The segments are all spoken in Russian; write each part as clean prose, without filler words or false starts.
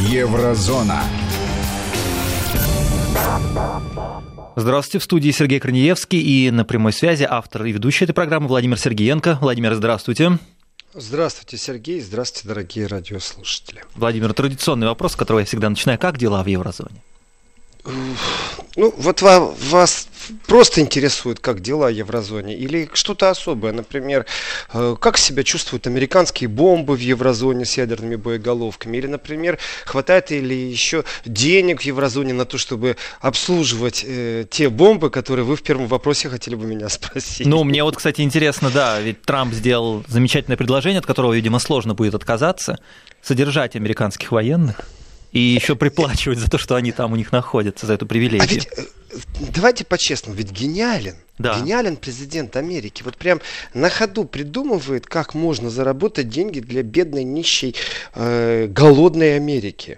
Еврозона. Здравствуйте, в студии Сергей Корнеевский и на прямой связи автор и ведущий этой программы Владимир Сергеенко. Владимир, здравствуйте. Здравствуйте, Сергей. Здравствуйте, дорогие радиослушатели. Владимир, традиционный вопрос, с которого я всегда начинаю. Как дела в еврозоне? Ну, вот вас просто интересует, как дела в еврозоне, или что-то особое, например, как себя чувствуют американские бомбы в еврозоне с ядерными боеголовками, или, например, хватает ли еще денег в еврозоне на то, чтобы обслуживать те бомбы, которые вы в первом вопросе хотели бы меня спросить. Ну, мне вот, кстати, интересно, да, ведь Трамп сделал замечательное предложение, от которого, видимо, сложно будет отказаться, содержать американских военных. И еще приплачивать за то, что они там у них находятся, за эту привилегию. А ведь, давайте по-честному, ведь гениален. Да. Гениален президент Америки. Вот прям на ходу придумывает, как можно заработать деньги для бедной, нищей, голодной Америки.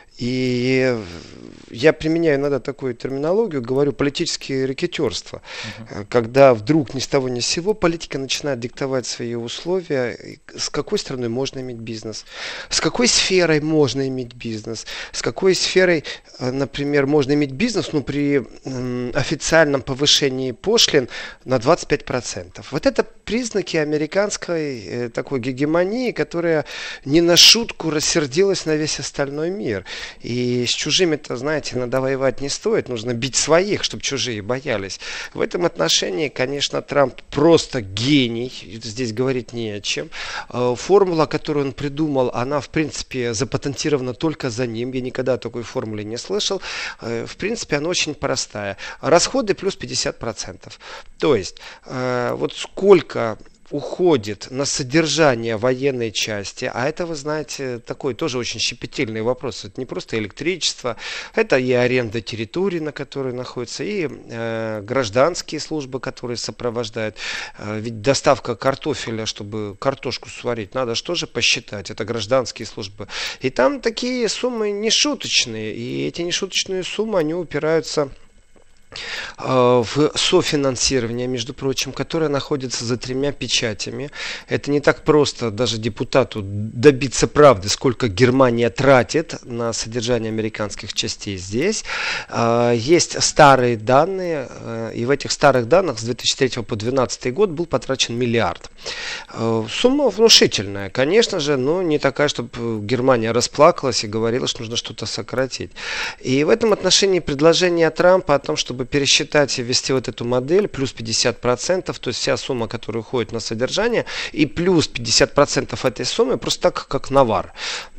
И я применяю иногда такую терминологию, говорю политическое рекеттерство. Когда вдруг ни с того ни с сего политика начинает диктовать свои условия, с какой страной можно иметь бизнес, с какой сферой можно иметь бизнес, с какой сферой, например, можно иметь бизнес, но при официальном повышении пошлин на 25%. Вот это признаки американской такой гегемонии, которая не на шутку рассердилась на весь остальной мир. И с чужими-то, знаете, иногда воевать не стоит, нужно бить своих, чтобы чужие боялись. В этом отношении, конечно, Трамп просто гений, здесь говорить не о чем. Формула, которую он придумал, она, в принципе, запатентирована только за ним, я никогда о такой формуле не слышал. В принципе, она очень простая. Расходы плюс 50%. То есть, вот сколько уходит на содержание военной части, а это, вы знаете, такой тоже очень щепетильный вопрос. Это не просто электричество, это и аренда территории, на которой находится, и гражданские службы, которые сопровождают. Ведь доставка картофеля, чтобы картошку сварить, надо же тоже посчитать. Это гражданские службы. И там такие суммы нешуточные. И эти нешуточные суммы, они упираются в софинансирование, между прочим, которое находится за 3 печатями. Это не так просто даже депутату добиться правды, сколько Германия тратит на содержание американских частей здесь. Есть старые данные, и в этих старых данных с 2003 по 2012 год был потрачен миллиард. Сумма внушительная, конечно же, но не такая, чтобы Германия расплакалась и говорила, что нужно что-то сократить. И в этом отношении предложение Трампа о том, чтобы пересчитать и ввести вот эту модель, плюс 50%, то есть вся сумма, которая уходит на содержание, и плюс 50% этой суммы, просто так, как навар.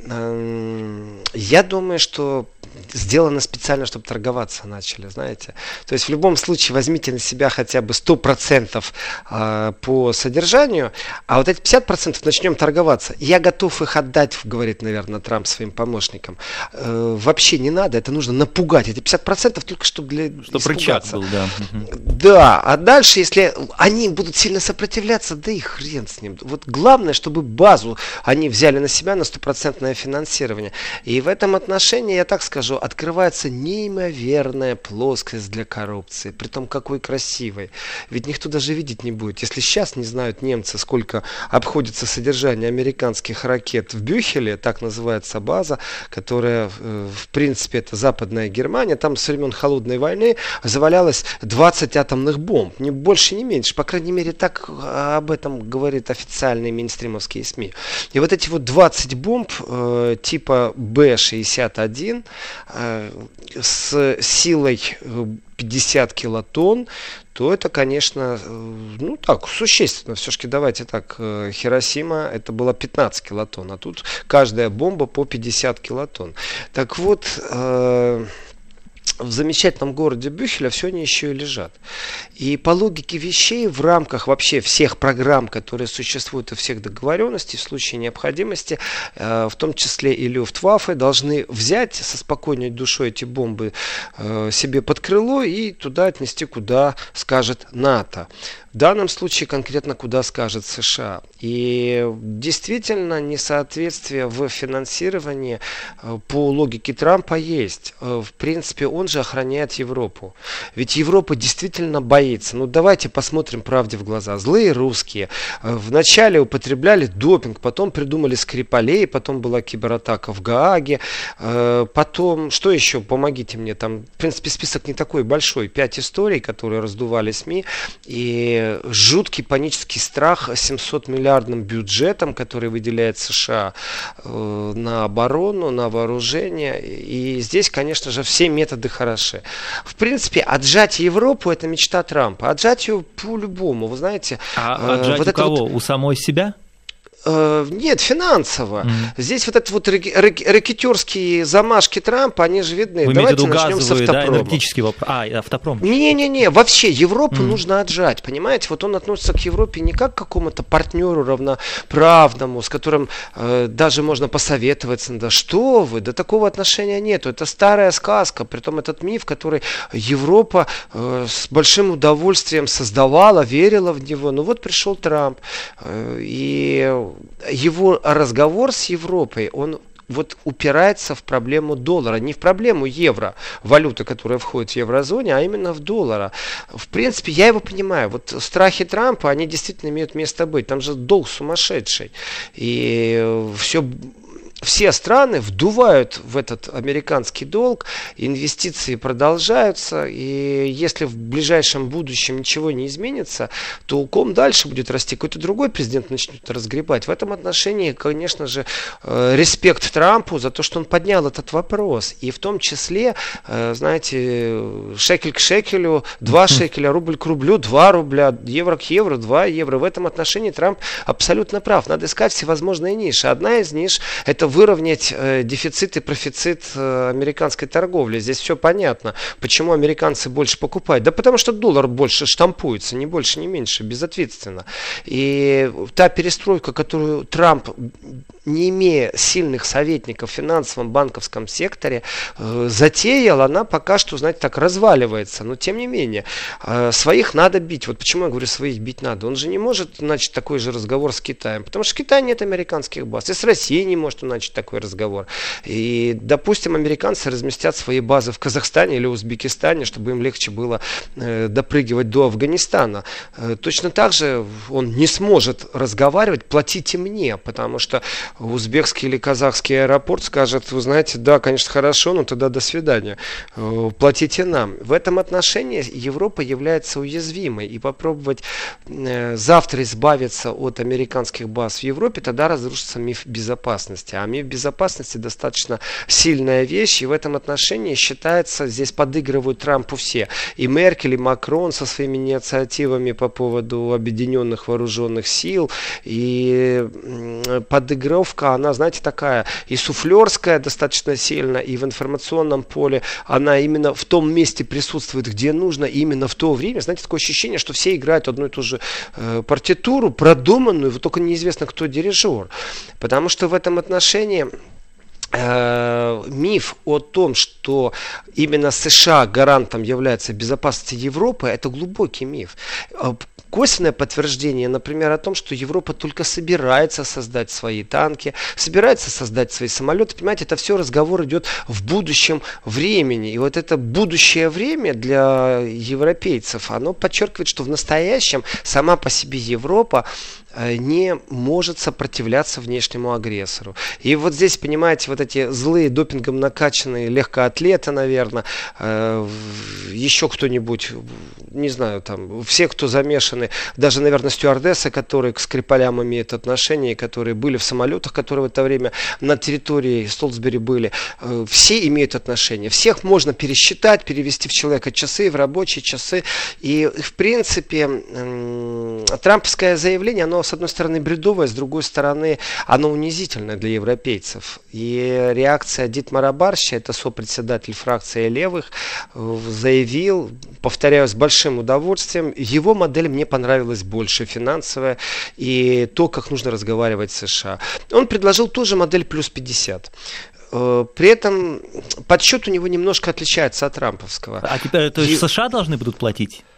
Я думаю, что сделано специально, чтобы торговаться начали, знаете. То есть в любом случае возьмите на себя хотя бы 100% по содержанию, а вот эти 50% начнем торговаться. Я готов их отдать, говорит, наверное, Трамп своим помощникам. Вообще не надо, это нужно напугать. Эти 50% только чтобы рычаг был, да. Да, а дальше, если они будут сильно сопротивляться, да и хрен с ним. Вот главное, чтобы базу они взяли на себя на 100% финансирование. И в этом отношении, я так скажу, открывается неимоверная плоскость для коррупции. Притом какой красивой. Ведь никто даже видеть не будет. Если сейчас не знают немцы, сколько обходится содержание американских ракет в Бюхеле, так называется база, которая, в принципе, это Западная Германия, там со времен Холодной войны завалялось 20 атомных бомб. Ни больше, ни меньше. По крайней мере, так об этом говорят официальные мейнстримовские СМИ. И вот эти вот 20 бомб типа Б-61 с силой 50 килотонн, то это, конечно, ну так, существенно. Все-таки давайте так, Хиросима это было 15 килотонн, а тут каждая бомба по 50 килотонн. Так вот, в замечательном городе Бюхеля все они еще и лежат. И по логике вещей в рамках вообще всех программ, которые существуют и всех договоренностей в случае необходимости, в том числе и Люфтваффе, должны взять со спокойной душой эти бомбы себе под крыло и туда отнести, куда скажет НАТО. В данном случае конкретно куда скажет США. И действительно несоответствие в финансировании по логике Трампа есть. В принципе, он же охраняет Европу. Ведь Европа действительно боится. Ну давайте посмотрим правде в глаза. Злые русские вначале употребляли допинг, потом придумали Скрипалей, потом была кибератака в Гааге, потом, что еще, помогите мне, там, в принципе, список не такой большой, 5 историй, которые раздували СМИ, и жуткий панический страх 700-миллиардным бюджетом, который выделяет США на оборону, на вооружение. И здесь, конечно же, все методы хороши. В принципе, отжать Европу — это мечта Трампа. Отжать ее по-любому, вы знаете. А отжать вот у кого? У самой себя? Нет, финансово. Здесь вот это вот рэкетёрские замашки Трампа, они же видны. Вы Давайте имеете в виду начнем с газовые, да, автопрома. энергетический вопрос. Автопром. Не-не-не, вообще Европу нужно отжать, понимаете? Вот он относится к Европе не как к какому-то партнеру равноправному, с которым даже можно посоветоваться. Да что вы, да такого отношения нету. Это старая сказка, притом этот миф, который Европа с большим удовольствием создавала, верила в него. Ну вот пришел Трамп, и его разговор с Европой, он вот упирается в проблему доллара, не в проблему евро, валюты, которая входит в еврозоне, а именно в доллара. В принципе, я его понимаю. Вот страхи Трампа, они действительно имеют место быть. Там же долг сумасшедший. И все страны вдувают в этот американский долг, инвестиции продолжаются, и если в ближайшем будущем ничего не изменится, то ком дальше будет расти, какой-то другой президент начнет разгребать. В этом отношении, конечно же, респект Трампу за то, что он поднял этот вопрос, и в том числе, знаете, шекель к шекелю, 2 шекеля, рубль к рублю, 2 рубля, евро к евро, 2 евро. В этом отношении Трамп абсолютно прав. Надо искать всевозможные ниши. Одна из ниш — это выровнять дефицит и профицит американской торговли. Здесь все понятно. Почему американцы больше покупают? Да потому что доллар больше штампуется, ни больше, ни меньше, безответственно. И та перестройка, которую Трамп, не имея сильных советников в финансовом, банковском секторе, затеял, она пока что, знаете, так разваливается. Но тем не менее, своих надо бить. Вот почему я говорю, своих бить надо. Он же не может начать такой же разговор с Китаем, потому что в Китае нет американских баз. И с Россией не может он начать такой разговор. И, допустим, американцы разместят свои базы в Казахстане или Узбекистане, чтобы им легче было допрыгивать до Афганистана. Точно так же он не сможет разговаривать: платите мне, потому что узбекский или казахский аэропорт скажет: вы знаете, да, конечно, хорошо, но тогда до свидания, платите нам. В этом отношении Европа является уязвимой, и попробовать завтра избавиться от американских баз в Европе, тогда разрушится миф безопасности. А миф безопасности достаточно сильная вещь, и в этом отношении считается, здесь подыгрывают Трампу все. И Меркель, и Макрон со своими инициативами по поводу объединенных вооруженных сил, и подыгровка, она, знаете, такая и суфлерская достаточно сильно, и в информационном поле она именно в том месте присутствует, где нужно, и именно в то время. Знаете, такое ощущение, что все играют одну и ту же партитуру, продуманную, вот только неизвестно, кто дирижер. Потому что в этом отношении миф о том, что именно США гарантом является безопасности Европы, это глубокий миф. Косвенное подтверждение, например, о том, что Европа только собирается создать свои танки, собирается создать свои самолеты. Понимаете, это все разговор идет в будущем времени. И вот это будущее время для европейцев, оно подчеркивает, что в настоящем сама по себе Европа не может сопротивляться внешнему агрессору. И вот здесь, понимаете, вот эти злые допингом накачанные легкоатлеты, наверное, еще кто-нибудь, не знаю, там, все, кто замешаны, даже, наверное, стюардессы, которые к Скрипалям имеют отношение, которые были в самолетах, которые в это время на территории Солсбери были, все имеют отношение. Всех можно пересчитать, перевести в человека часы, в рабочие часы. И, в принципе, трамповское заявление, оно, с одной стороны, бредовое, с другой стороны, оно унизительное для европейцев. И реакция Дитмара Барща, это сопредседатель фракции левых, заявил, повторяю, с большим удовольствием, его модель мне понравилась больше, финансовая, и то, как нужно разговаривать с США. Он предложил тоже модель плюс 50. При этом подсчет у него немножко отличается от трамповского. А теперь, то есть США должны будут платить?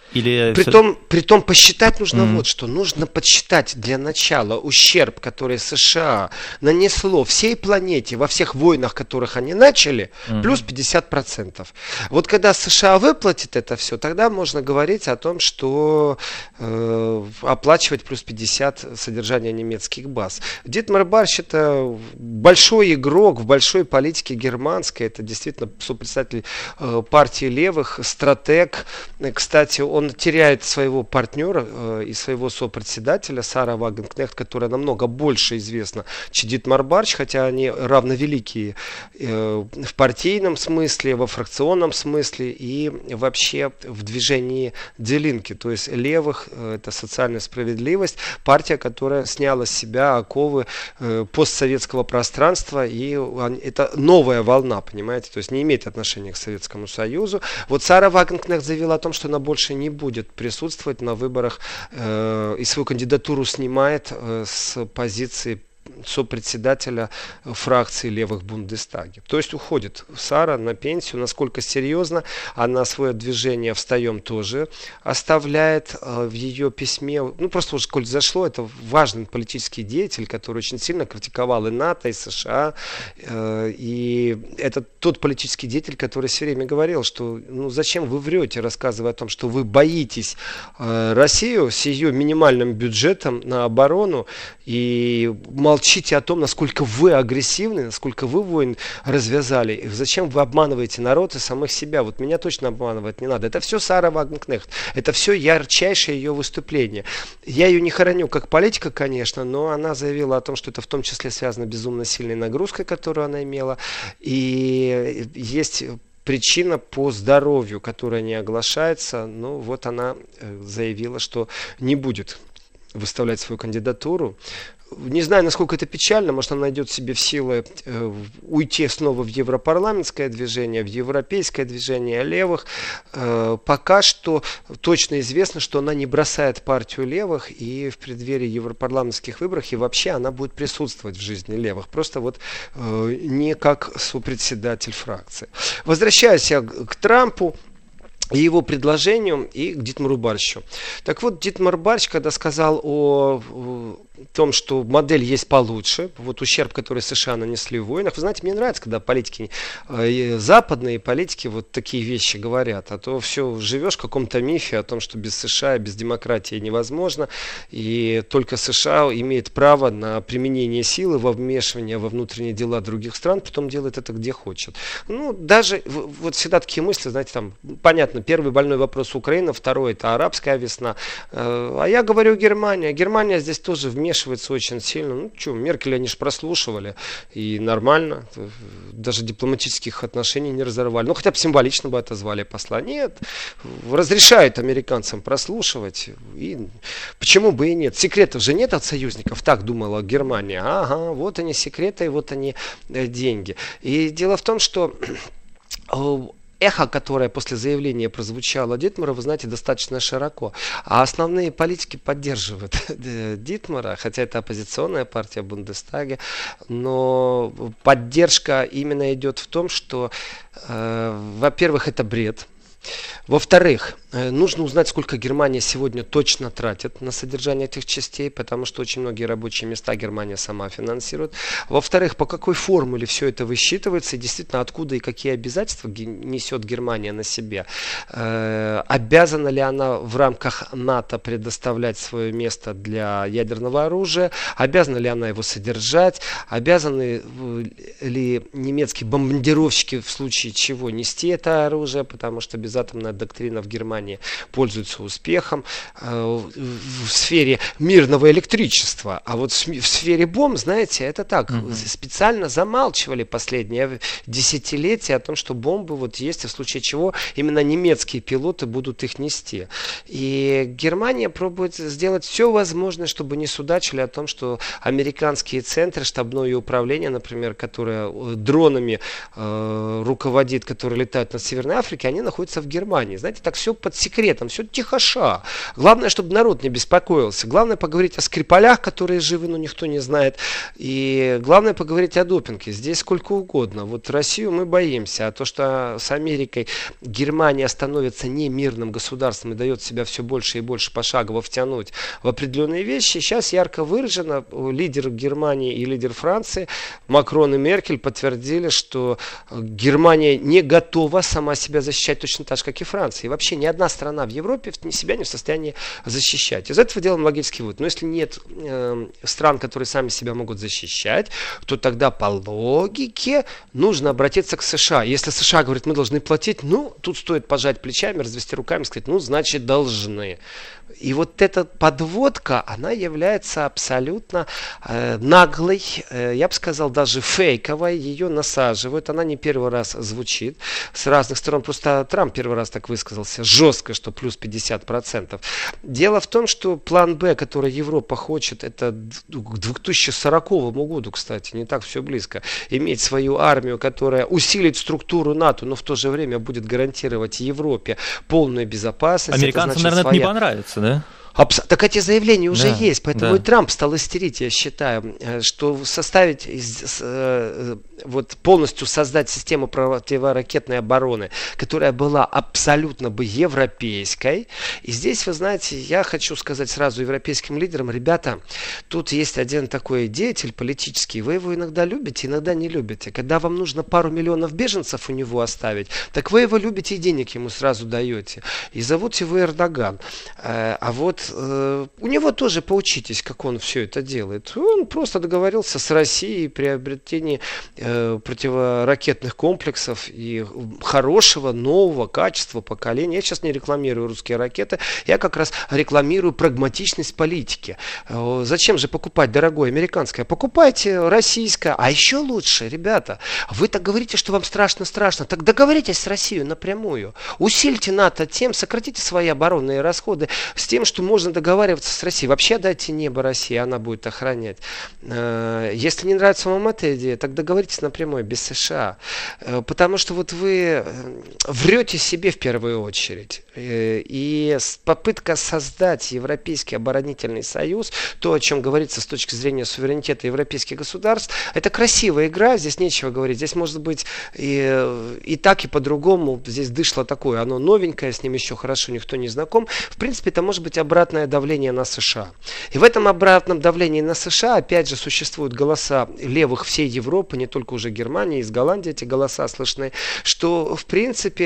Или Притом посчитать нужно вот что. Нужно подсчитать для начала ущерб, который США нанесло всей планете во всех войнах, которых они начали, плюс 50%. Вот когда США выплатит это все, тогда можно говорить о том, что оплачивать плюс 50 содержания немецких баз. Дитмар Барщ — это большой игрок в большой политике германской. Это действительно сопредседатель партии левых, стратег. Кстати, он теряет своего партнера и своего сопредседателя Сара Вагенкнехт, которая намного больше известна, чем Дитмар Барщ, хотя они равновеликие в партийном смысле, во фракционном смысле и вообще в движении Die Linke, то есть левых, это социальная справедливость, партия, которая сняла с себя оковы постсоветского пространства, и это новая волна, понимаете, то есть не имеет отношения к Советскому Союзу. Вот Сара Вагенкнехт заявила о том, что она больше не будет присутствовать на выборах и свою кандидатуру снимает с позиции сопредседателя фракции левых в Бундестаге. То есть уходит Сара на пенсию. Насколько серьезно она свое движение «Встаем» тоже оставляет. В ее письме, просто уже, коль зашло, это важный политический деятель, который очень сильно критиковал и НАТО, и США. И это тот политический деятель, который все время говорил, что зачем вы врете, рассказывая о том, что вы боитесь Россию с ее минимальным бюджетом на оборону, и молчите о том, насколько вы агрессивны, насколько вы войн развязали. И зачем вы обманываете народ и самих себя? Вот меня точно обманывать не надо. Это все Сара Вагенкнехт. Это все ярчайшее ее выступление. Я ее не хороню как политика, конечно, но она заявила о том, что это в том числе связано с безумно сильной нагрузкой, которую она имела. И есть причина по здоровью, которая не оглашается. Вот она заявила, что не будет выставлять свою кандидатуру. Не знаю, насколько это печально, может, она найдет себе в силы уйти снова в европарламентское движение, в европейское движение левых. Пока что точно известно, что она не бросает партию левых, и в преддверии европарламентских выборов и вообще она будет присутствовать в жизни левых, просто не как сопредседатель фракции. Возвращаясь к Трампу и его предложению, и к Дитмару Барщу. Так вот, Дитмар Барщ, когда сказал о том, что модель есть получше, ущерб, который США нанесли в войнах. Вы знаете, мне нравится, когда политики, западные политики такие вещи говорят, а то все живешь в каком-то мифе о том, что без США, без демократии невозможно, и только США имеет право на применение силы, во вмешивание во внутренние дела других стран, потом делает это где хочет. Даже всегда такие мысли, знаете, там, понятно, первый больной вопрос Украина, второй это арабская весна, а я говорю Германия. Германия здесь тоже вмешивается очень сильно. Меркель они же прослушивали, и нормально, даже дипломатических отношений не разорвали. Хотя бы символично бы отозвали посла. Нет, разрешают американцам прослушивать, и почему бы и нет. Секретов же нет от союзников, так думала Германия. Ага, вот они секреты, вот они деньги. И дело в том, что эхо, которое после заявления прозвучало Дитмара, вы знаете, достаточно широко. А основные политики поддерживают Дитмара, хотя это оппозиционная партия в Бундестаге, но поддержка именно идет в том, что, во-первых, это бред. Во-вторых, нужно узнать, сколько Германия сегодня точно тратит на содержание этих частей, потому что очень многие рабочие места Германия сама финансирует. Во-вторых, по какой формуле все это высчитывается, и действительно, откуда и какие обязательства несет Германия на себе. Обязана ли она в рамках НАТО предоставлять свое место для ядерного оружия, обязана ли она его содержать, обязаны ли немецкие бомбардировщики в случае чего нести это оружие, потому что безатомная доктрина в Германии пользуется успехом в сфере мирного электричества. А в сфере бомб, знаете, это так, специально замалчивали последние десятилетия о том, что бомбы есть, и в случае чего именно немецкие пилоты будут их нести. И Германия пробует сделать все возможное, чтобы не судачили о том, что американские центры, штабное управление, например, которое дронами руководит, которые летают над Северной Африкой, они находятся в Германии. Знаете, так все под секретом, все тихоша. Главное, чтобы народ не беспокоился. Главное поговорить о Скрипалях, которые живы, но никто не знает. И главное поговорить о допинге. Здесь сколько угодно. Вот Россию мы боимся. А то, что с Америкой Германия становится не мирным государством и дает себя все больше и больше пошагово втянуть в определенные вещи, сейчас ярко выражено. Лидер Германии и лидер Франции Макрон и Меркель подтвердили, что Германия не готова сама себя защищать точно так же, как и Франция. И вообще ни одна страна в Европе себя не в состоянии защищать. Из этого делаем логический вывод. Но если нет стран, которые сами себя могут защищать, то тогда по логике нужно обратиться к США. Если США говорит, мы должны платить, ну, тут стоит пожать плечами, развести руками, сказать, ну, значит, должны. И вот эта подводка, она является абсолютно наглой, я бы сказал, даже фейковой. Ее насаживают, она не первый раз звучит с разных сторон. Просто Трамп первый раз так высказался жестко, что плюс 50%. Дело в том, что план Б, который Европа хочет, это к 2040 году, кстати, не так все близко, иметь свою армию, которая усилит структуру НАТО, но в то же время будет гарантировать Европе полную безопасность. Американцам, наверное, это не понравится, да? Так эти заявления уже есть, поэтому и Трамп стал истерить, я считаю, что составить, вот полностью создать систему противоракетной обороны, которая была абсолютно бы европейской. И здесь, вы знаете, я хочу сказать сразу европейским лидерам, ребята, тут есть один такой деятель политический, вы его иногда любите, иногда не любите. Когда вам нужно пару миллионов беженцев у него оставить, так вы его любите и денег ему сразу даете. И зовут его Эрдоган. А вот у него тоже поучитесь, как он все это делает. Он просто договорился с Россией о приобретении противоракетных комплексов и хорошего, нового качества, поколения. Я сейчас не рекламирую русские ракеты, я как раз рекламирую прагматичность политики. Зачем же покупать дорогое американское? Покупайте российское. А еще лучше, ребята, вы так говорите, что вам страшно, так договоритесь с Россией напрямую. Усильте НАТО тем, сократите свои оборонные расходы с тем, что можно договариваться с Россией. Вообще дайте небо России, она будет охранять. Если не нравится вам эта идея, так договоритесь напрямую, без США. Потому что вот вы врете себе в первую очередь. И попытка создать Европейский оборонительный союз, то, о чем говорится с точки зрения суверенитета европейских государств, это красивая игра, здесь нечего говорить. Здесь может быть и так, и по-другому. Здесь дышло такое, оно новенькое, с ним еще хорошо никто не знаком. В принципе, это может быть обратное давление на США. И в этом обратном давлении на США, опять же, существуют голоса левых всей Европы, не только уже Германии, из Голландии эти голоса слышны, что, в принципе,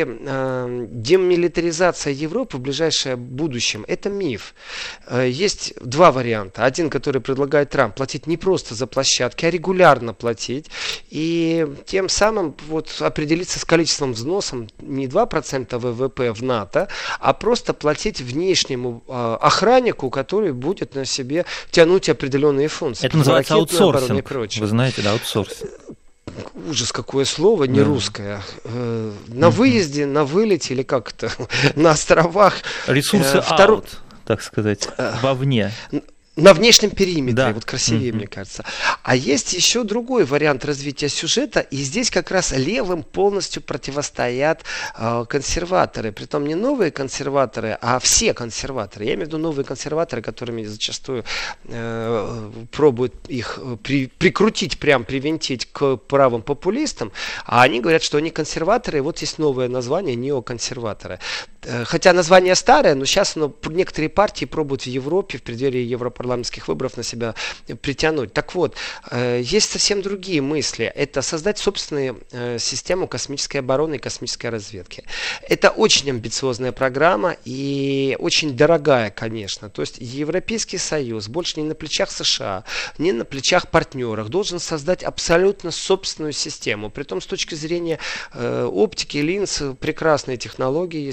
демилитаризация Европы в ближайшее будущем – это миф. Есть два варианта. Один, который предлагает Трамп, платить не просто за площадки, а регулярно платить. И тем самым вот определиться с количеством взносом не 2% ВВП в НАТО, а просто платить внешнему охраннику, который будет на себе тянуть определенные функции. Это называется аутсорсинг. Вы знаете, да, аутсорсинг. Ужас, какое слово, не русское. На выезде, на вылете или как это, на островах. Ресурсы out, так сказать, вовне. На внешнем периметре, да. Вот красивее, мне кажется. А есть еще другой вариант развития сюжета, и здесь как раз левым полностью противостоят консерваторы. Притом не новые консерваторы, а все консерваторы. Я имею в виду новые консерваторы, которыми зачастую пробуют их прикрутить, прям привинтить к правым популистам, а они говорят, что они консерваторы, и вот есть новое название, неоконсерваторы. Хотя название старое, но сейчас некоторые партии пробуют в Европе в преддверии европарламентских выборов на себя притянуть. Так вот, есть совсем другие мысли. Это создать собственную систему космической обороны и космической разведки. Это очень амбициозная программа и очень дорогая, конечно. То есть Европейский Союз больше не на плечах США, не на плечах партнеров должен создать абсолютно собственную систему. Притом с точки зрения оптики, линз, прекрасные технологии есть и в Германии,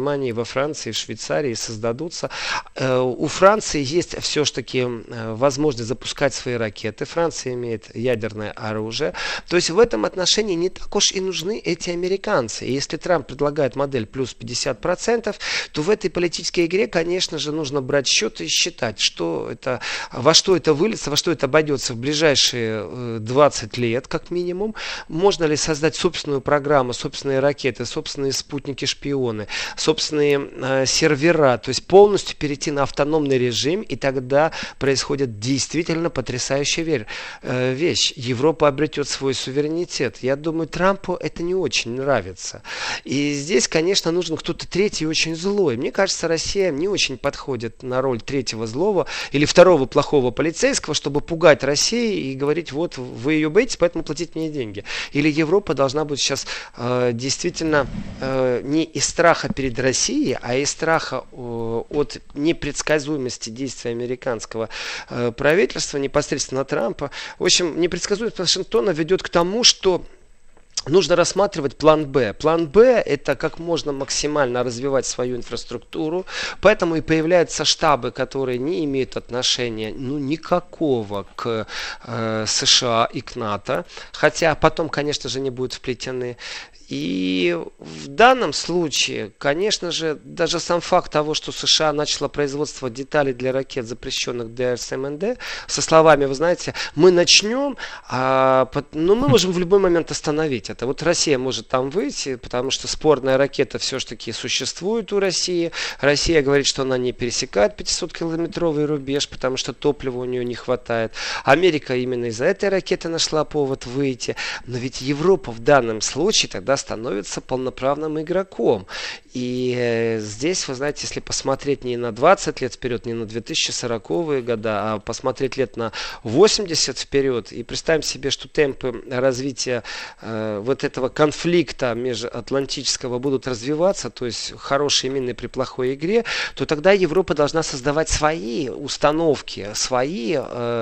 Германии, во Франции, в Швейцарии создадутся. У Франции есть все-таки возможность запускать свои ракеты. Франция имеет ядерное оружие. То есть в этом отношении не так уж и нужны эти американцы. И если Трамп предлагает модель плюс 50%, то в этой политической игре, конечно же, нужно брать счеты и считать, что это, во что это выльется, во что это обойдется в ближайшие 20 лет, как минимум. Можно ли создать собственную программу, собственные ракеты, собственные спутники-шпионы, собственные сервера, то есть полностью перейти на автономный режим, и тогда происходит действительно потрясающая вещь. Европа обретет свой суверенитет. Я думаю, Трампу это не очень нравится. И здесь, конечно, нужен кто-то третий очень злой. Мне кажется, Россия не очень подходит на роль третьего злого или второго плохого полицейского, чтобы пугать Россию и говорить, вот вы ее боитесь, поэтому платите мне деньги. Или Европа должна быть сейчас действительно не из страха перед Россией, а из страха от непредсказуемости действий американского правительства, непосредственно Трампа. В общем, непредсказуемость Вашингтона ведет к тому, что нужно рассматривать план Б. План Б – это как можно максимально развивать свою инфраструктуру, поэтому и появляются штабы, которые не имеют отношения никакого к США и к НАТО, хотя потом, конечно же, не будут вплетены. И в данном случае, конечно же, даже сам факт того, что США начала производство деталей для ракет, запрещенных ДРСМНД, со словами, вы знаете, мы начнем, но мы можем в любой момент остановить это. Вот Россия может там выйти, потому что спорная ракета все-таки существует у России. Россия говорит, что она не пересекает 500-километровый рубеж, потому что топлива у нее не хватает. Америка именно из-за этой ракеты нашла повод выйти. Но ведь Европа в данном случае тогда становится полноправным игроком. И здесь, вы знаете, если посмотреть не на 20 лет вперед, не на 2040-е годы, а посмотреть лет на 80 вперед, и представим себе, что темпы развития вот этого конфликта межатлантического будут развиваться, то есть хорошие мины при плохой игре, то тогда Европа должна создавать свои установки, свои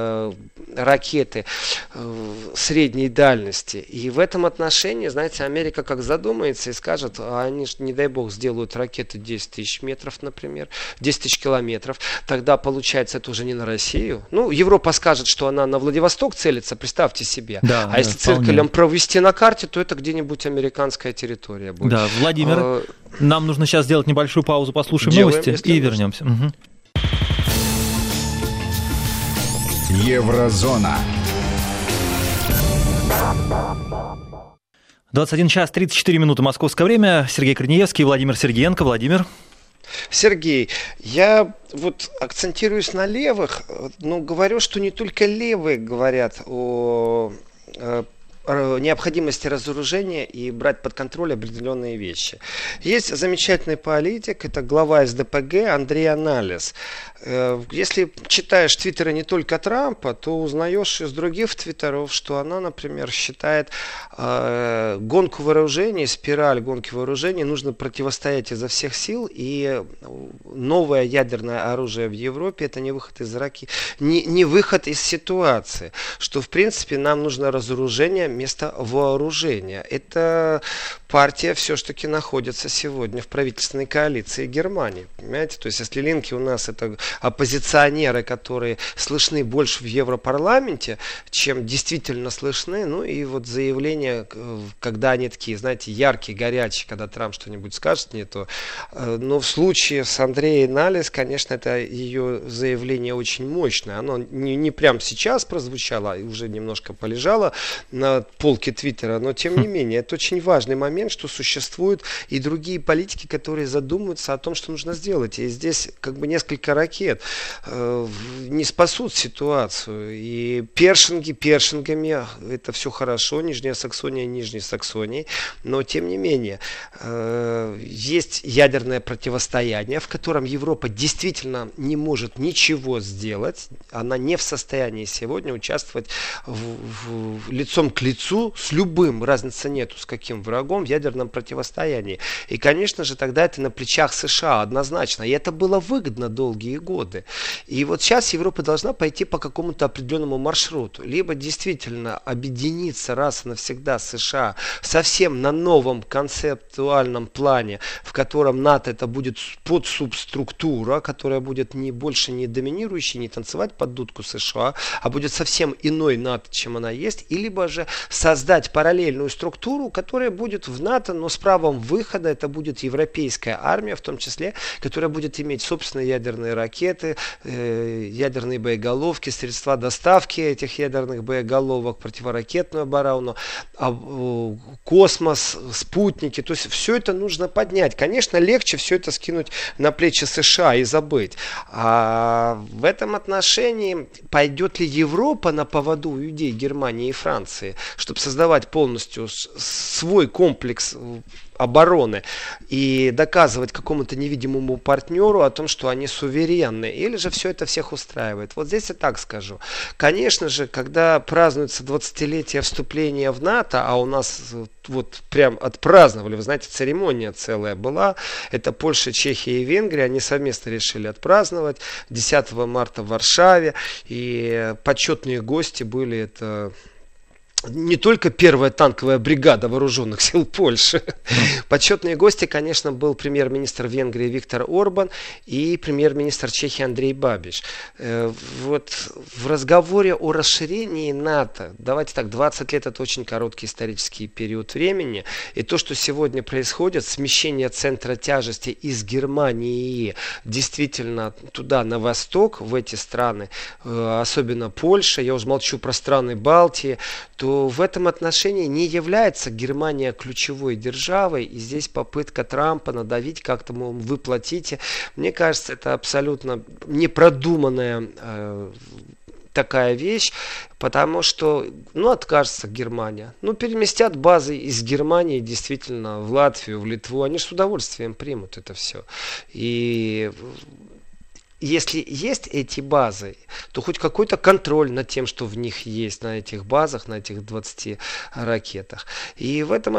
ракеты средней дальности. И в этом отношении, знаете, Америка как задумается и скажет, они же, не дай бог, сделают ракеты 10 тысяч метров, например, 10 тысяч километров, тогда получается это уже не на Россию. Ну, Европа скажет, что она на Владивосток целится, представьте себе. Да, а если циркулем провести на карте, то это где-нибудь американская территория будет. Да, Владимир, нам нужно сейчас сделать небольшую паузу, послушаем новости и вернемся. Угу. Еврозона. 21 час 34 минуты московское время. Сергей Корнеевский и Владимир Сергеенко. Владимир. Сергей, я вот акцентируюсь на левых, но говорю, что не только левые говорят о необходимости разоружения и брать под контроль определенные вещи. Есть замечательный политик, это глава СДПГ Андрей Аналис. Если читаешь твиттеры не только Трампа, то узнаешь из других твиттеров, что она, например, считает гонку вооружений, спираль гонки вооружений нужно противостоять изо всех сил, и новое ядерное оружие в Европе это не выход из не выход из ситуации, что в принципе нам нужно разоружение вместо вооружения. Эта партия все-таки находится сегодня в правительственной коалиции Германии. Понимаете? То есть, если Линки у нас это оппозиционеры, которые слышны больше в Европарламенте, чем действительно слышны, ну и вот заявления, когда они такие, знаете, яркие, горячие, когда Трамп что-нибудь скажет не то. Но в случае с Андреей Налис, конечно, это ее заявление очень мощное. Оно не прямо сейчас прозвучало, уже немножко полежало на полке Твиттера, но тем не менее, это очень важный момент, что существуют и другие политики, которые задумываются о том, что нужно сделать. И здесь как бы несколько ракет не спасут ситуацию. И першингами это все хорошо, Нижняя Саксония, Нижней Саксонии, но тем не менее есть ядерное противостояние, в котором Европа действительно не может ничего сделать. Она не в состоянии сегодня участвовать лицом к лицу лицу с любым, разницы нету, с каким врагом в ядерном противостоянии. И, конечно же, тогда это на плечах США однозначно. И это было выгодно долгие годы. И вот сейчас Европа должна пойти по какому-то определенному маршруту. Либо действительно объединиться раз и навсегда с США совсем на новом концептуальном плане, в котором НАТО это будет подсубструктура, которая будет больше не доминирующей, не танцевать под дудку США, а будет совсем иной НАТО, чем она есть, и либо же создать параллельную структуру, которая будет в НАТО, но с правом выхода это будет европейская армия, в том числе, которая будет иметь собственные ядерные ракеты, ядерные боеголовки, средства доставки этих ядерных боеголовок, противоракетную оборону, космос, спутники. То есть все это нужно поднять. Конечно, легче все это скинуть на плечи США и забыть. А в этом отношении пойдет ли Европа на поводу у идей Германии и Франции, чтобы создавать полностью свой комплекс обороны и доказывать какому-то невидимому партнеру о том, что они суверенны, или же все это всех устраивает. Вот здесь я так скажу. Конечно же, когда празднуется 20-летие вступления в НАТО, а у нас вот прям отпраздновали, вы знаете, церемония целая была, это Польша, Чехия и Венгрия, они совместно решили отпраздновать 10 марта в Варшаве, и почетные гости были это... Не только первая танковая бригада вооруженных сил Польши. Почетные гости, конечно, был премьер-министр Венгрии Виктор Орбан и премьер-министр Чехии Андрей Бабиш. Вот в разговоре о расширении НАТО, давайте так, 20 лет это очень короткий исторический период времени, и то, что сегодня происходит, смещение центра тяжести из Германии действительно туда, на восток, в эти страны, особенно Польша, я уже молчу про страны Балтии, то в этом отношении не является Германия ключевой державой, и здесь попытка Трампа надавить как-то, мол, вы платите. Мне кажется, это абсолютно непродуманная такая вещь, потому что, откажется Германия. Переместят базы из Германии действительно в Латвию, в Литву, они же с удовольствием примут это все. И... Если есть эти базы, то хоть какой-то контроль над тем, что в них есть, на этих базах, на этих 20 ракетах. И в этом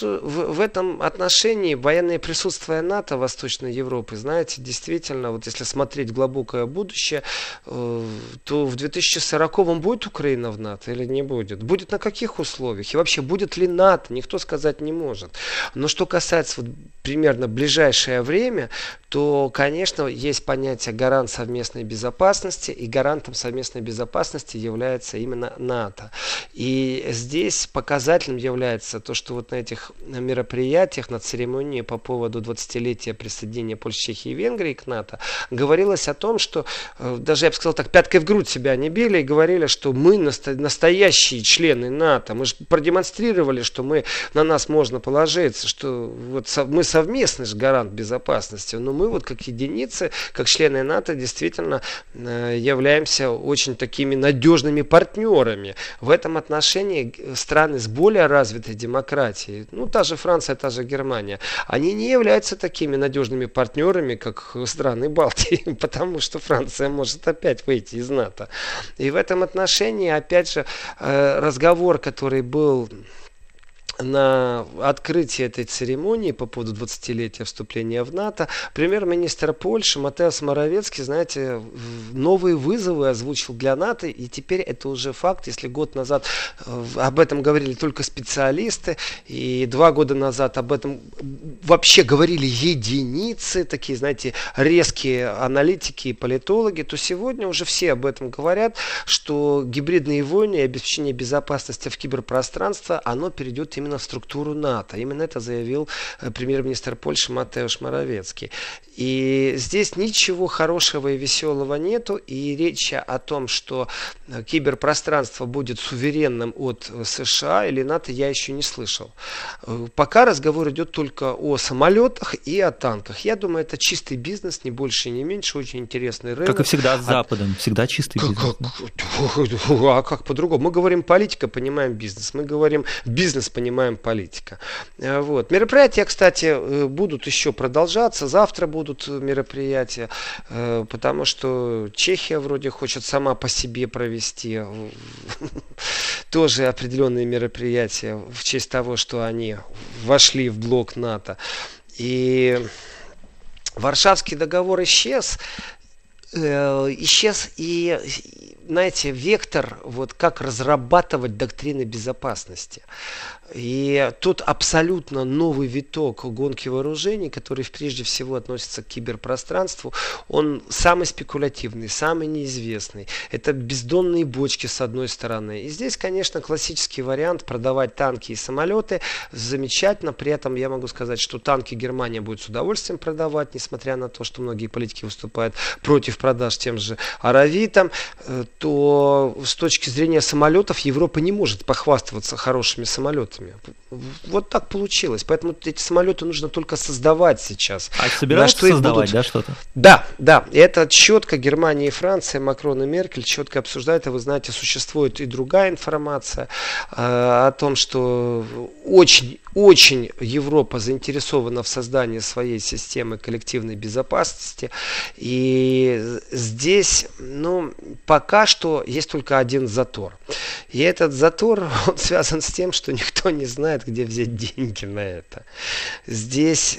отношении военное присутствие НАТО в Восточной Европе, знаете, действительно, вот если смотреть в глубокое будущее, то в 2040-м будет Украина в НАТО или не будет? Будет на каких условиях? И вообще, будет ли НАТО? Никто сказать не может. Но что касается примерно ближайшее время, то, конечно, есть понятие гарант совместной безопасности, и гарантом совместной безопасности является именно НАТО. И здесь показательным является то, что вот на этих мероприятиях, на церемонии по поводу 20-летия присоединения Польши, Чехии и Венгрии к НАТО, говорилось о том, что, даже я бы сказал так, пяткой в грудь себя не били и говорили, что мы настоящие члены НАТО, мы же продемонстрировали, что на нас можно положиться, что вот мы совместный же гарант безопасности, но мы вот как единицы, как члены НАТО действительно являемся очень такими надежными партнерами. В этом отношении страны с более развитой демократией, та же Франция, та же Германия, они не являются такими надежными партнерами, как страны Балтии, потому что Франция может опять выйти из НАТО. И в этом отношении, опять же, разговор, который был на открытии этой церемонии по поводу 20-летия вступления в НАТО, премьер-министр Польши Матеуш Моравецкий, знаете, новые вызовы озвучил для НАТО, и теперь это уже факт. Если год назад об этом говорили только специалисты, и 2 года назад об этом вообще говорили единицы, такие, знаете, резкие аналитики и политологи, то сегодня уже все об этом говорят, что гибридные войны и обеспечение безопасности в киберпространстве, оно перейдет именно в структуру НАТО. Именно это заявил премьер-министр Польши Матеуш Моравецкий. И здесь ничего хорошего и веселого нету. И речи о том, что киберпространство будет суверенным от США или НАТО, я еще не слышал. Пока разговор идет только о самолетах и о танках. Я думаю, это чистый бизнес, не больше и не меньше. Очень интересный рынок. Как и всегда с Западом. Всегда чистый бизнес. А как по-другому? Мы говорим политика, понимаем бизнес. Мы говорим бизнес, понимаем понимаем политика. Вот. Мероприятия, кстати, будут еще продолжаться. Завтра будут мероприятия, потому что Чехия вроде хочет сама по себе провести тоже определенные мероприятия в честь того, что они вошли в блок НАТО. И Варшавский договор исчез и, знаете, вектор, вот как разрабатывать доктрины безопасности. И тут абсолютно новый виток гонки вооружений, который прежде всего относится к киберпространству. Он самый спекулятивный, самый неизвестный. Это бездонные бочки с одной стороны. И здесь, конечно, классический вариант продавать танки и самолеты. Замечательно. При этом я могу сказать, что танки Германия будет с удовольствием продавать, несмотря на то, что многие политики выступают против продаж тем же аравитам. То с точки зрения самолетов Европа не может похвастаться хорошими самолетами. Вот так получилось. Поэтому эти самолеты нужно только создавать сейчас. А собираются создавать, да, что-то? Да. И это четко Германия и Франция, Макрон и Меркель четко обсуждают. И вы знаете, существует и другая информация о том, что очень Европа заинтересована в создании своей системы коллективной безопасности. И здесь, пока что есть только один затор. И этот затор, он связан с тем, что никто не знает, где взять деньги на это. Здесь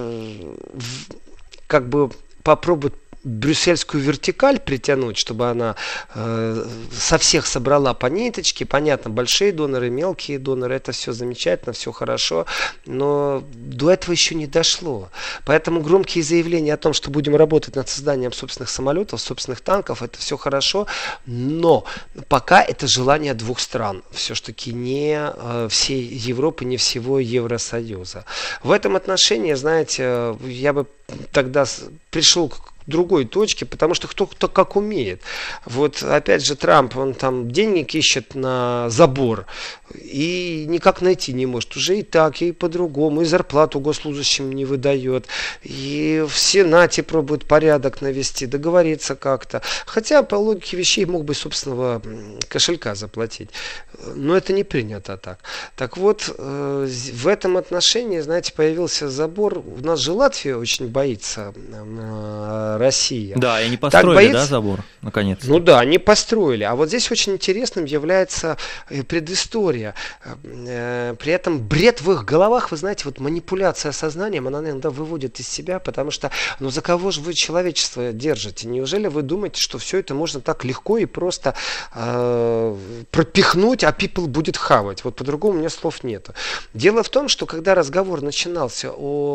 как бы попробуют брюссельскую вертикаль притянуть, чтобы она со всех собрала по ниточке. Понятно, большие доноры, мелкие доноры, это все замечательно, все хорошо, но до этого еще не дошло. Поэтому громкие заявления о том, что будем работать над созданием собственных самолетов, собственных танков, это все хорошо, но пока это желание двух стран, все-таки не всей Европы, не всего Евросоюза. В этом отношении, знаете, я бы тогда пришел к другой точке, потому что кто как умеет. Вот опять же Трамп, он там денег ищет на забор и никак найти не может. Уже и так, и по-другому, и зарплату госслужащим не выдает, и в Сенате пробует порядок навести, договориться как-то. Хотя по логике вещей мог бы собственного кошелька заплатить. Но это не принято так. Так вот, в этом отношении, знаете, появился забор. У нас же Латвия очень боится Россия. Да, и они построили, да, забор, наконец. Ну да, они построили. А вот здесь очень интересным является предыстория. При этом бред в их головах, вы знаете, вот манипуляция сознанием, она иногда выводит из себя, потому что, за кого же вы человечество держите? Неужели вы думаете, что все это можно так легко и просто пропихнуть, а people будет хавать? Вот по-другому у меня слов нету. Дело в том, что когда разговор начинался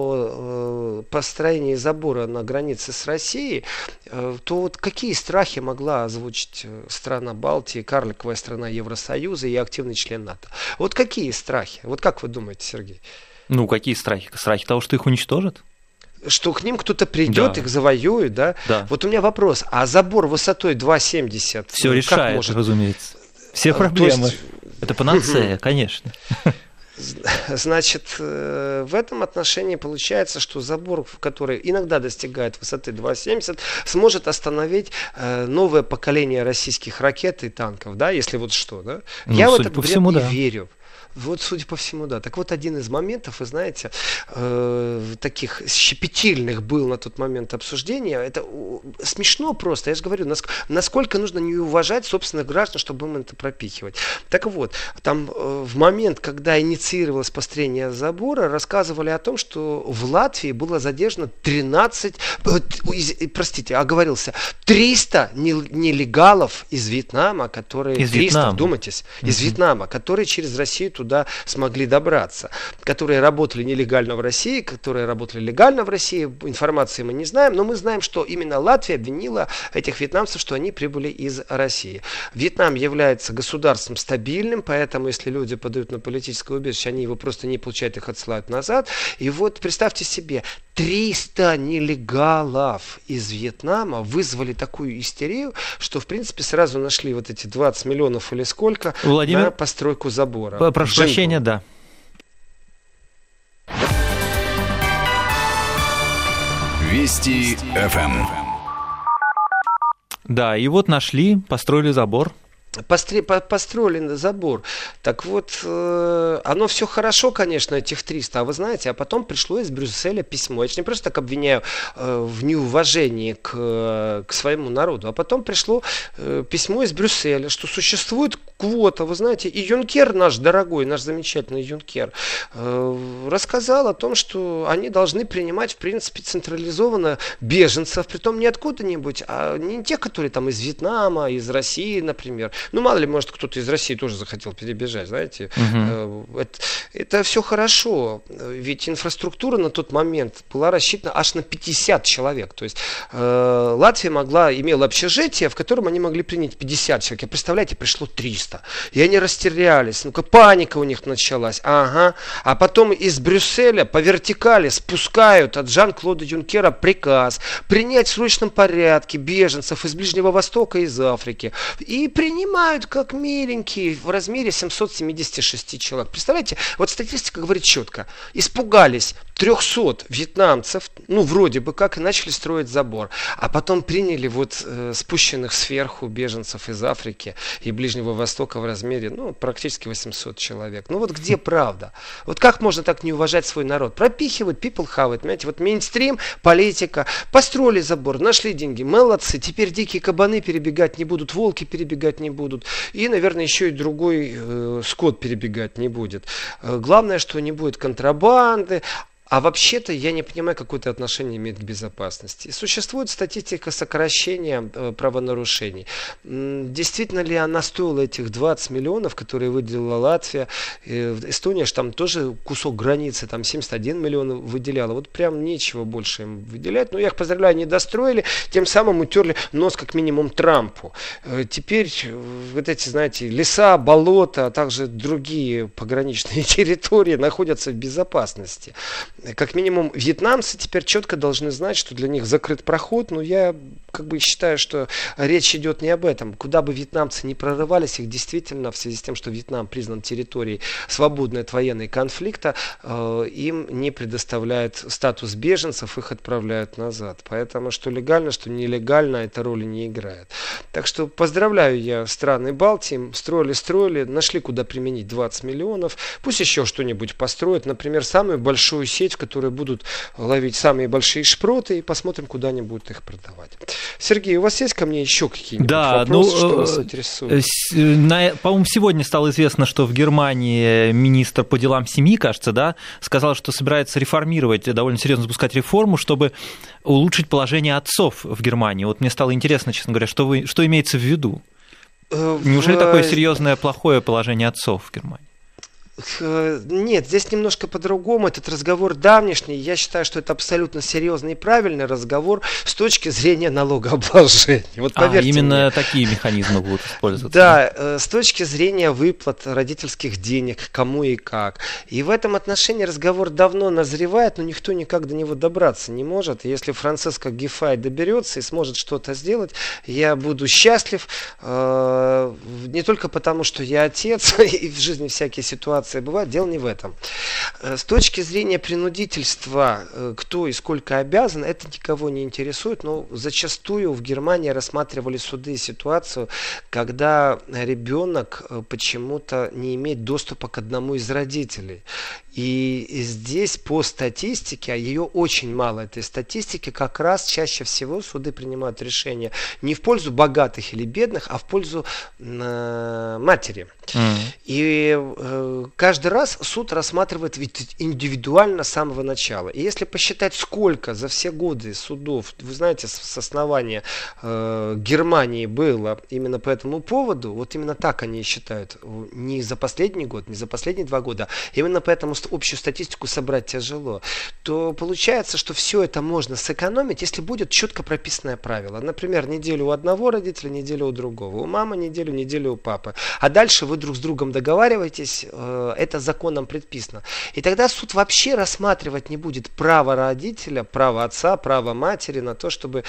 о построении забора на границе с Россией, то вот какие страхи могла озвучить страна Балтии, карликовая страна Евросоюза и активный член НАТО? Вот какие страхи? Вот как вы думаете, Сергей? Какие страхи? Страхи того, что их уничтожат? Что к ним кто-то придет, их завоюет, да? Вот у меня вопрос. А забор высотой 2,70? Все решает, может? Разумеется. Все проблемы. Есть... Это панацея, конечно. Значит, в этом отношении получается, что забор, который иногда достигает высоты 2,70, сможет остановить новое поколение российских ракет и танков, да, если вот что, да? Я в этот бред не верю. Вот, судя по всему, да. Так вот, один из моментов, вы знаете, таких щепетильных был на тот момент обсуждения. Это смешно просто. Я же говорю, насколько нужно не уважать собственных граждан, чтобы им это пропихивать. Так вот, там в момент, когда инициировалось построение забора, рассказывали о том, что в Латвии было задержано 300 нелегалов из Вьетнама, которые... Из Вьетнама. Вдумайтесь, из Вьетнама, которые через Россию туда смогли добраться, которые работали нелегально в России, которые работали легально в России. Информации мы не знаем, но мы знаем, что именно Латвия обвинила этих вьетнамцев, что они прибыли из России. Вьетнам является государством стабильным, поэтому если люди подают на политическое убежище, они его просто не получают, их отсылают назад. И вот представьте себе, 300 нелегалов из Вьетнама вызвали такую истерию, что в принципе сразу нашли вот эти 20 миллионов или сколько на постройку забора. Прошу прощения, да. Вести ФМ. Да, и вот нашли, построили забор. построили забор. Так вот, оно все хорошо, конечно, этих 300, а вы знаете, а потом пришло из Брюсселя письмо. Я же не просто так обвиняю в неуважении к своему народу, а потом пришло письмо из Брюсселя, что существует квота, вы знаете, и Юнкер наш дорогой, наш замечательный Юнкер, рассказал о том, что они должны принимать, в принципе, централизованно беженцев, притом не откуда-нибудь, а не тех, которые там из Вьетнама, из России, например. Ну, мало ли, может, кто-то из России тоже захотел перебежать, знаете. Это все хорошо, ведь инфраструктура на тот момент была рассчитана аж на 50 человек. То есть Латвия имела общежитие, в котором они могли принять 50 человек. И, представляете, пришло 300. И они растерялись. Ну-ка, паника у них началась. Ага. А потом из Брюсселя по вертикали спускают от Жан-Клода Юнкера приказ принять в срочном порядке беженцев из Ближнего Востока и из Африки. И принимают как миленькие в размере 776 человек. Представляете, вот статистика говорит четко. Испугались 300 вьетнамцев, ну, вроде бы как, и начали строить забор. А потом приняли вот спущенных сверху беженцев из Африки и Ближнего Востока в размере, ну, практически 800 человек. Ну, вот где правда? Вот как можно так не уважать свой народ? Пропихивать, people have it, понимаете? Вот мейнстрим, политика. Построили забор, нашли деньги, молодцы. Теперь дикие кабаны перебегать не будут, волки перебегать не будут. И, наверное, еще и другой скот перебегать не будет. Главное, что не будет контрабанды. А вообще-то я не понимаю, какое это отношение имеет к безопасности. И существует статистика сокращения правонарушений. Действительно ли она стоила этих 20 миллионов, которые выделила Латвия? Эстония же там тоже кусок границы, там 71 миллион выделяла. Вот прям нечего больше им выделять. Но я их поздравляю, они достроили, тем самым утерли нос как минимум Трампу. Теперь вот эти, знаете, леса, болота, а также другие пограничные территории находятся в безопасности. Как минимум, вьетнамцы теперь четко должны знать, что для них закрыт проход, но я как бы считаю, что речь идет не об этом. Куда бы вьетнамцы не прорывались, их действительно, в связи с тем, что Вьетнам признан территорией, свободной от военной конфликта, им не предоставляют статус беженцев, их отправляют назад. Поэтому, что легально, что нелегально, это роли не играет. Так что поздравляю я страны Балтии, строили, нашли куда применить 20 миллионов, пусть еще что-нибудь построят, например, самую большую сеть, в которой будут ловить самые большие шпроты, и посмотрим, куда они будут их продавать. Сергей, у вас есть ко мне еще какие-нибудь вопросы, что вас интересует? По-моему, сегодня стало известно, что в Германии министр по делам семьи, кажется, да, сказал, что собирается реформировать, довольно серьезно запускать реформу, чтобы улучшить положение отцов в Германии. Вот мне стало интересно, честно говоря, что имеется в виду? Неужели такое серьезное плохое положение отцов в Германии? Нет, здесь немножко по-другому. Этот разговор давнишний. Я считаю, что это абсолютно серьезный и правильный разговор с точки зрения налогообложения. Вот именно мне. Такие механизмы будут использоваться. Да, с точки зрения выплат родительских денег, кому и как. И в этом отношении разговор давно назревает, но никто никак до него добраться не может. Если Франциско Гифай доберется и сможет что-то сделать, я буду счастлив. Не только потому, что я отец, и в жизни всякие ситуации бывает, дело не в этом. С точки зрения принудительства, кто и сколько обязан, это никого не интересует, но зачастую в Германии рассматривали суды ситуацию, когда ребенок почему-то не имеет доступа к одному из родителей. И здесь по статистике, а ее очень мало, этой статистики, как раз чаще всего суды принимают решения не в пользу богатых или бедных, а в пользу матери. И каждый раз суд рассматривает индивидуально с самого начала. И если посчитать, сколько за все годы судов, вы знаете, с основания Германии было именно по этому поводу, вот именно так они считают, не за последний год, не за последние 2 года, именно поэтому общую статистику собрать тяжело, то получается, что все это можно сэкономить, если будет четко прописанное правило. Например, неделю у одного родителя, неделю у другого, у мамы неделю, неделю у папы. А дальше вы друг с другом договариваетесь, это законом предписано. И тогда суд вообще рассматривать не будет право родителя, право отца, право матери на то, чтобы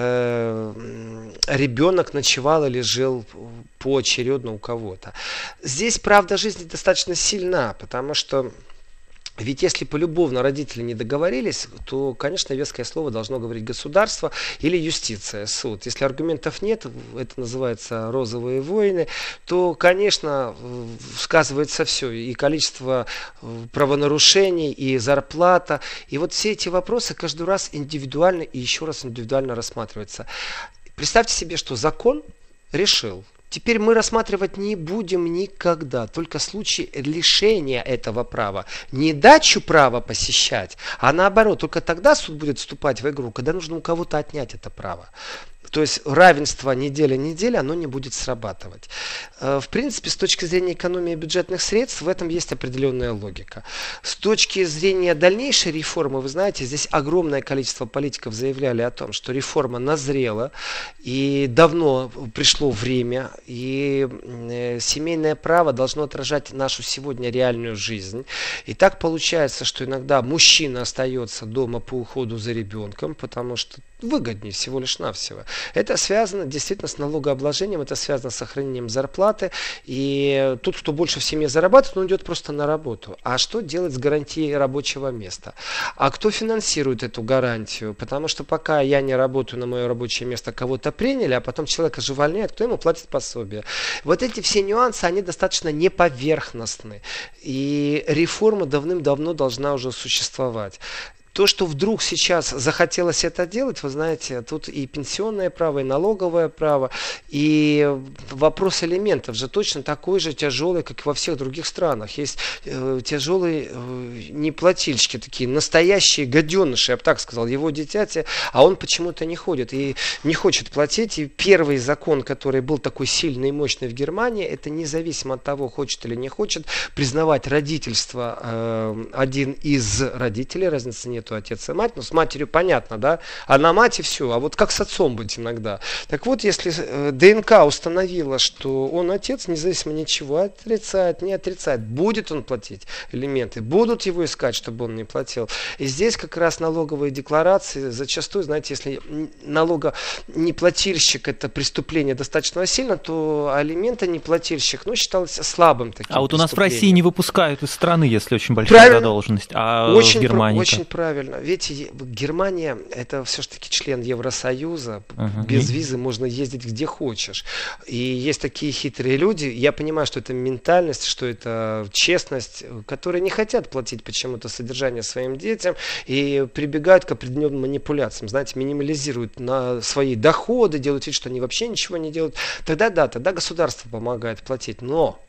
ребенок ночевал или жил поочередно у кого-то. Здесь правда жизни достаточно сильна, потому что Ведь если полюбовно родители не договорились, то, конечно, веское слово должно говорить государство или юстиция, суд. Если аргументов нет, это называется розовые войны, то, конечно, сказывается все. И количество правонарушений, и зарплата. И вот все эти вопросы каждый раз индивидуально и еще раз индивидуально рассматриваются. Представьте себе, что закон решил. Теперь мы рассматривать не будем никогда, только случай лишения этого права. Не дачу права посещать, а наоборот, только тогда суд будет вступать в игру, когда нужно у кого-то отнять это право. То есть равенство неделя, оно не будет срабатывать. В принципе, с точки зрения экономии бюджетных средств, в этом есть определенная логика. С точки зрения дальнейшей реформы, вы знаете, здесь огромное количество политиков заявляли о том, что реформа назрела, и давно пришло время, и семейное право должно отражать нашу сегодня реальную жизнь. И так получается, что иногда мужчина остается дома по уходу за ребенком, потому что выгоднее всего лишь навсего. Это связано действительно с налогообложением, это связано с сохранением зарплаты. И тот, кто больше в семье зарабатывает, он идет просто на работу. А что делать с гарантией рабочего места? А кто финансирует эту гарантию? Потому что пока я не работаю на мое рабочее место, кого-то приняли, а потом человека же увольняют, кто ему платит пособие? Вот эти все нюансы, они достаточно неповерхностны. И реформа давным-давно должна уже существовать. То, что вдруг сейчас захотелось это делать, вы знаете, тут и пенсионное право, и налоговое право, и вопрос элементов же точно такой же тяжелый, как и во всех других странах. Есть тяжелые неплательщики, такие настоящие гаденыши, я бы так сказал, его дитяти, а он почему-то не ходит и не хочет платить. И первый закон, который был такой сильный и мощный в Германии, это независимо от того, хочет или не хочет, признавать родительство один из родителей, разницы нет, отец и мать, но с матерью понятно, да, а на мать и все, а вот как с отцом быть иногда. Так вот, если ДНК установила, что он отец, независимо ничего, отрицает, не отрицает, будет он платить элементы, будут его искать, чтобы он не платил. И здесь как раз налоговые декларации зачастую, знаете, если налогонеплательщик это преступление достаточно сильно, то алиментонеплательщик, считалось слабым таким. А вот у нас в России не выпускают из страны, если очень большая задолженность, а в Германии очень правильно. Ведь Германия это все-таки член Евросоюза. Без визы можно ездить где хочешь. И есть такие хитрые люди. Я понимаю, что это ментальность, что это честность, которые не хотят платить почему-то содержание своим детям и прибегают к определенным манипуляциям. Знаете, минимализируют на свои доходы, делают вид, что они вообще ничего не делают. Тогда государство помогает платить. Но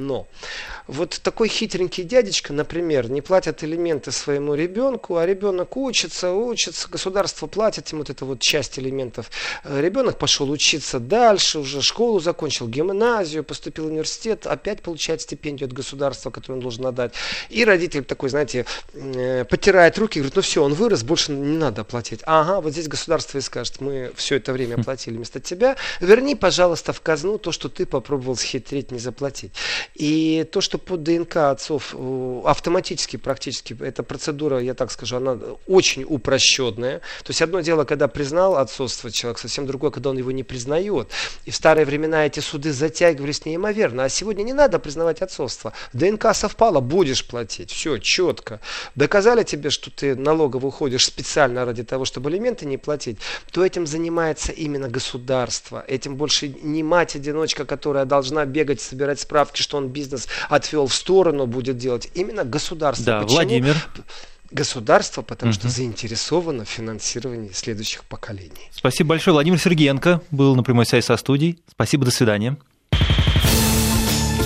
вот такой хитренький дядечка, например, не платит элементы своему ребенку, а ребенок учится, государство платит ему вот эту вот часть элементов. Ребенок пошел учиться дальше, уже школу закончил, гимназию, поступил в университет, опять получает стипендию от государства, которую он должен отдать. И родитель такой, знаете, потирает руки и говорит, все, он вырос, больше не надо платить. Ага, вот здесь государство и скажет, мы все это время платили вместо тебя, верни, пожалуйста, в казну то, что ты попробовал схитрить, не заплатить. И то, что по ДНК отцов автоматически, практически, эта процедура, я так скажу, она очень упрощенная. То есть одно дело, когда признал отцовство человек, совсем другое, когда он его не признает. И в старые времена эти суды затягивались неимоверно. А сегодня не надо признавать отцовство. ДНК совпало, будешь платить. Все, четко. Доказали тебе, что ты налоговый уходишь специально ради того, чтобы алименты не платить, то этим занимается именно государство. Этим больше не мать-одиночка, которая должна бегать, собирать справки, что он бизнес отвел в сторону, будет делать. Именно государство. Да, почему? Владимир. Государство, потому что заинтересовано в финансировании следующих поколений. Спасибо большое. Владимир Сергеенко был на прямой связи со студией. Спасибо, до свидания.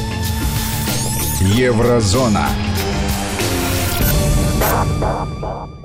Еврозона.